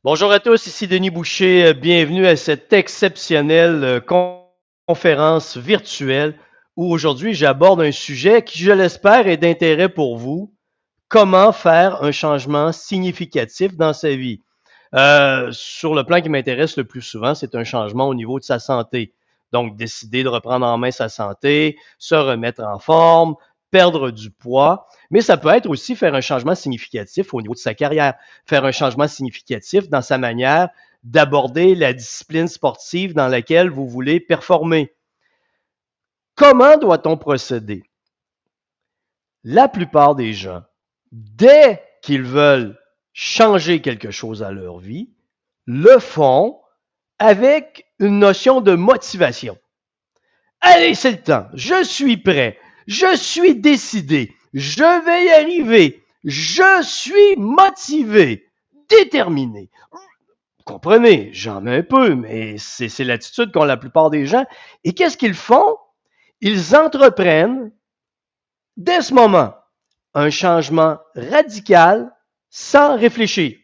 Bonjour à tous, ici Denis Boucher. Bienvenue à cette exceptionnelle conférence virtuelle où aujourd'hui j'aborde un sujet qui, je l'espère, est d'intérêt pour vous. Comment faire un changement significatif dans sa vie? Sur le plan qui m'intéresse le plus souvent, c'est un changement au niveau de sa santé. Donc, décider de reprendre en main sa santé, se remettre en forme, perdre du poids. Mais ça peut être aussi faire un changement significatif au niveau de sa carrière, faire un changement significatif dans sa manière d'aborder la discipline sportive dans laquelle vous voulez performer. Comment doit-on procéder? La plupart des gens, dès qu'ils veulent changer quelque chose à leur vie, le font avec une notion de motivation. Allez, c'est le temps. Je suis prêt. Je suis décidé. Je vais y arriver. Je suis motivé, déterminé. Vous comprenez, j'en mets un peu, mais c'est l'attitude qu'ont la plupart des gens. Et qu'est-ce qu'ils font? Ils entreprennent, dès ce moment, un changement radical sans réfléchir.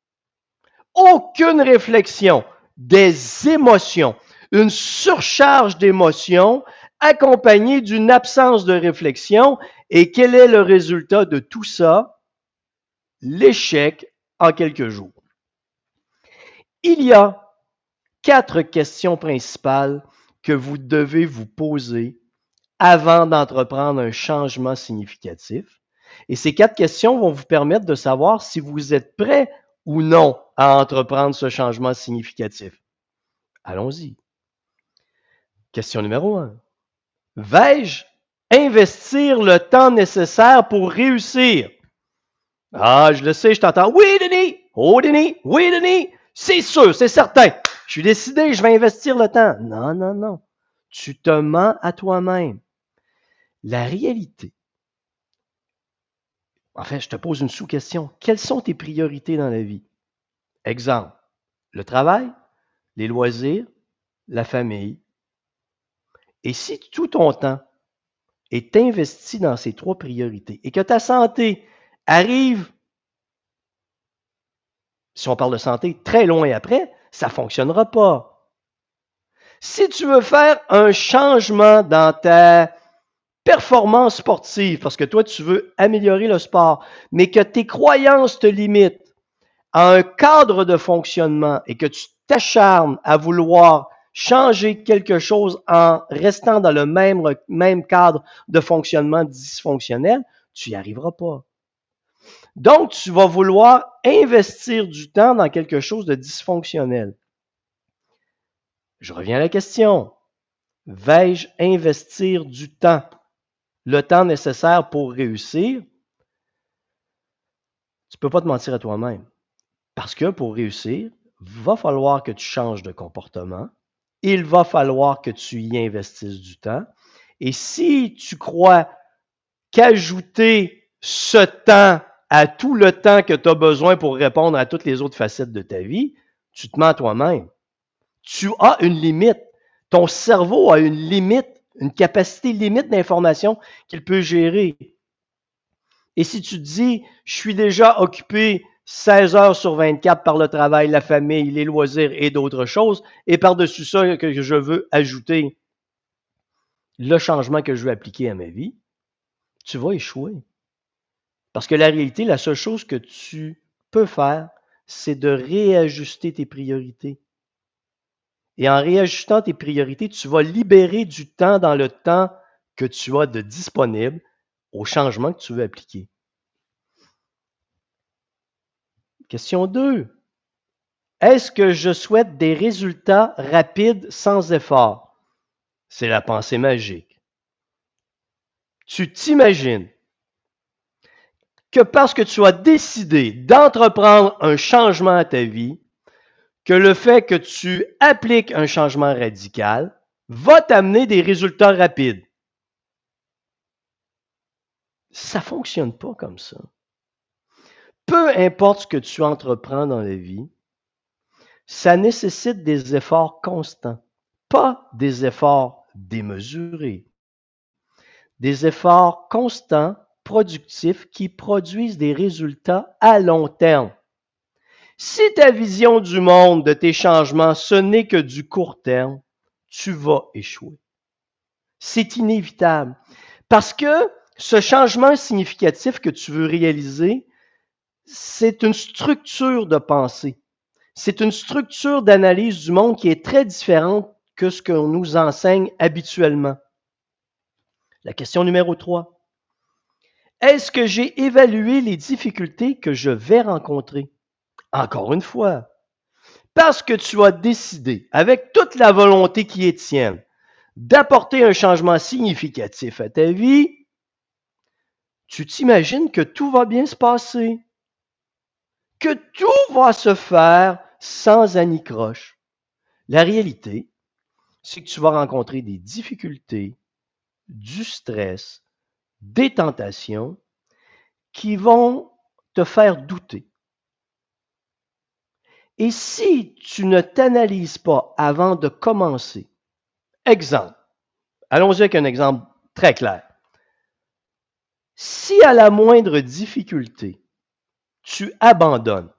Aucune réflexion, des émotions, une surcharge d'émotions accompagnée d'une absence de réflexion. Et quel est le résultat de tout ça? L'échec en quelques jours. Il y a 4 questions principales que vous devez vous poser avant d'entreprendre un changement significatif. Et ces 4 questions vont vous permettre de savoir si vous êtes prêt ou non à entreprendre ce changement significatif. Allons-y. Question numéro 1. Vais-je investir le temps nécessaire pour réussir? Ah, je le sais, je t'entends. Oui, Denis! Oh, Denis! Oui, Denis! C'est sûr, c'est certain. Je suis décidé, je vais investir le temps. Non, non, non. Tu te mens à toi-même. La réalité. En fait, je te pose une sous-question. Quelles sont tes priorités dans la vie? Exemple, le travail, les loisirs, la famille. Et si tout ton temps est investi dans ces 3 priorités et que ta santé arrive, si on parle de santé, très loin après, ça ne fonctionnera pas. Si tu veux faire un changement dans ta performance sportive, parce que toi, tu veux améliorer le sport, mais que tes croyances te limitent à un cadre de fonctionnement et que tu t'acharnes à vouloir changer quelque chose en restant dans le même cadre de fonctionnement dysfonctionnel, tu n'y arriveras pas. Donc, tu vas vouloir investir du temps dans quelque chose de dysfonctionnel. Je reviens à la question. Vais-je investir du temps, le temps nécessaire pour réussir? Tu ne peux pas te mentir à toi-même. Parce que pour réussir, il va falloir que tu changes de comportement. Il va falloir que tu y investisses du temps. Et si tu crois qu'ajouter ce temps à tout le temps que tu as besoin pour répondre à toutes les autres facettes de ta vie, tu te mens à toi-même. Tu as une limite. Ton cerveau a une limite, une capacité limite d'information qu'il peut gérer. Et si tu te dis, je suis déjà occupé 16 heures sur 24 par le travail, la famille, les loisirs et d'autres choses, et par-dessus ça que je veux ajouter le changement que je veux appliquer à ma vie, tu vas échouer. Parce que la réalité, la seule chose que tu peux faire, c'est de réajuster tes priorités. Et en réajustant tes priorités, tu vas libérer du temps dans le temps que tu as de disponible au changement que tu veux appliquer. Question 2. Est-ce que je souhaite des résultats rapides sans effort? C'est la pensée magique. Tu t'imagines que parce que tu as décidé d'entreprendre un changement à ta vie, que le fait que tu appliques un changement radical va t'amener des résultats rapides. Ça ne fonctionne pas comme ça. Peu importe ce que tu entreprends dans la vie, ça nécessite des efforts constants, pas des efforts démesurés. Des efforts constants, productifs, qui produisent des résultats à long terme. Si ta vision du monde, de tes changements, ce n'est que du court terme, tu vas échouer. C'est inévitable. Parce que ce changement significatif que tu veux réaliser, c'est une structure de pensée. C'est une structure d'analyse du monde qui est très différente que ce qu'on nous enseigne habituellement. La question numéro 3. Est-ce que j'ai évalué les difficultés que je vais rencontrer? Encore une fois, parce que tu as décidé, avec toute la volonté qui est tienne, d'apporter un changement significatif à ta vie, tu t'imagines que tout va bien se passer, que tout va se faire sans anicroche. La réalité, c'est que tu vas rencontrer des difficultés, du stress, des tentations qui vont te faire douter. Et si tu ne t'analyses pas avant de commencer, exemple, allons-y avec un exemple très clair. Si à la moindre difficulté, tu abandonnes,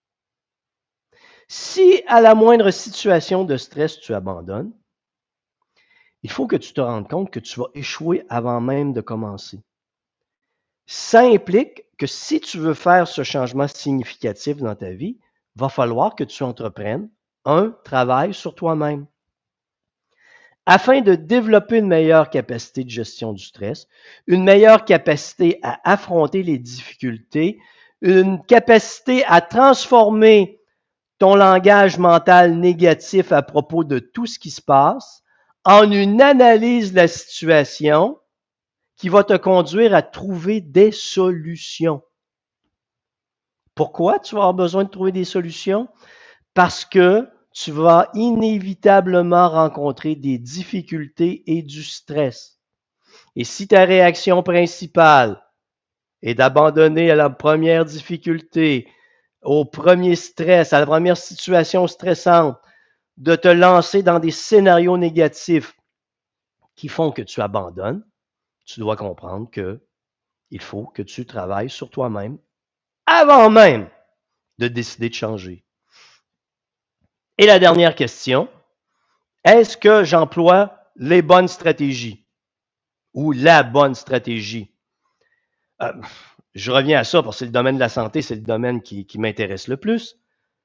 si à la moindre situation de stress, tu abandonnes, il faut que tu te rendes compte que tu vas échouer avant même de commencer. Ça implique que si tu veux faire ce changement significatif dans ta vie, il va falloir que tu entreprennes un travail sur toi-même. Afin de développer une meilleure capacité de gestion du stress, une meilleure capacité à affronter les difficultés, une capacité à transformer ton langage mental négatif à propos de tout ce qui se passe en une analyse de la situation qui va te conduire à trouver des solutions. Pourquoi tu vas avoir besoin de trouver des solutions? Parce que tu vas inévitablement rencontrer des difficultés et du stress. Et si ta réaction principale est d'abandonner à la première difficulté, au premier stress, à la première situation stressante, de te lancer dans des scénarios négatifs qui font que tu abandonnes, tu dois comprendre qu'il faut que tu travailles sur toi-même avant même de décider de changer. Et la dernière question, est-ce que j'emploie les bonnes stratégies ou la bonne stratégie? Je reviens à ça parce que c'est le domaine de la santé, c'est le domaine qui m'intéresse le plus.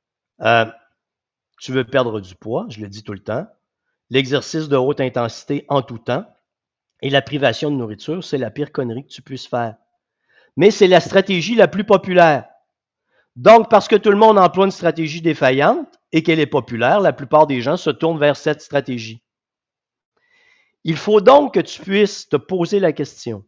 Tu veux perdre du poids, je le dis tout le temps. L'exercice de haute intensité en tout temps et la privation de nourriture, c'est la pire connerie que tu puisses faire. Mais c'est la stratégie la plus populaire. Donc, parce que tout le monde emploie une stratégie défaillante et qu'elle est populaire, la plupart des gens se tournent vers cette stratégie. Il faut donc que tu puisses te poser la question.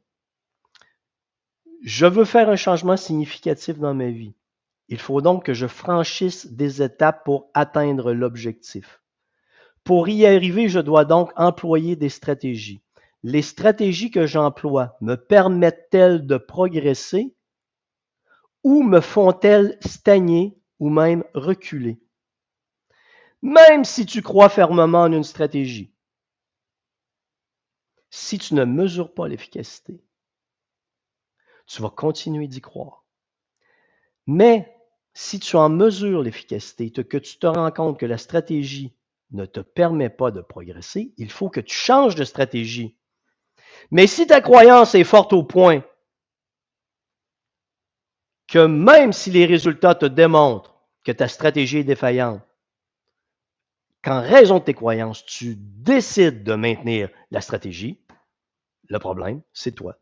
Je veux faire un changement significatif dans ma vie. Il faut donc que je franchisse des étapes pour atteindre l'objectif. Pour y arriver, je dois donc employer des stratégies. Les stratégies que j'emploie me permettent-elles de progresser ou me font-elles stagner ou même reculer? Même si tu crois fermement en une stratégie, si tu ne mesures pas l'efficacité, tu vas continuer d'y croire. Mais si tu en mesures l'efficacité, que tu te rends compte que la stratégie ne te permet pas de progresser, il faut que tu changes de stratégie. Mais si ta croyance est forte au point que même si les résultats te démontrent que ta stratégie est défaillante, qu'en raison de tes croyances, tu décides de maintenir la stratégie, le problème, c'est toi.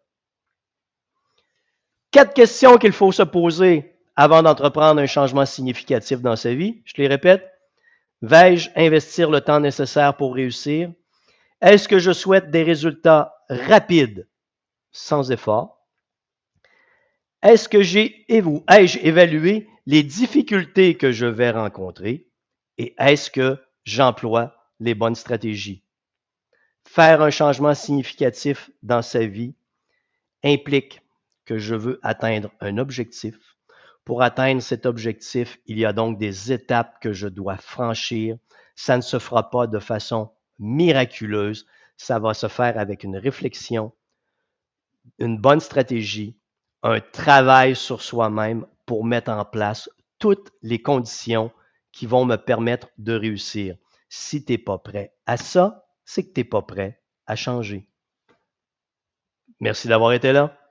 4 questions qu'il faut se poser avant d'entreprendre un changement significatif dans sa vie. Je les répète. Vais-je investir le temps nécessaire pour réussir? Est-ce que je souhaite des résultats rapides, sans effort? Est-ce que ai-je évalué les difficultés que je vais rencontrer? Et est-ce que j'emploie les bonnes stratégies? Faire un changement significatif dans sa vie implique que je veux atteindre un objectif. Pour atteindre cet objectif, il y a donc des étapes que je dois franchir. Ça ne se fera pas de façon miraculeuse. Ça va se faire avec une réflexion, une bonne stratégie, un travail sur soi-même pour mettre en place toutes les conditions qui vont me permettre de réussir. Si tu n'es pas prêt à ça, c'est que tu n'es pas prêt à changer. Merci d'avoir été là.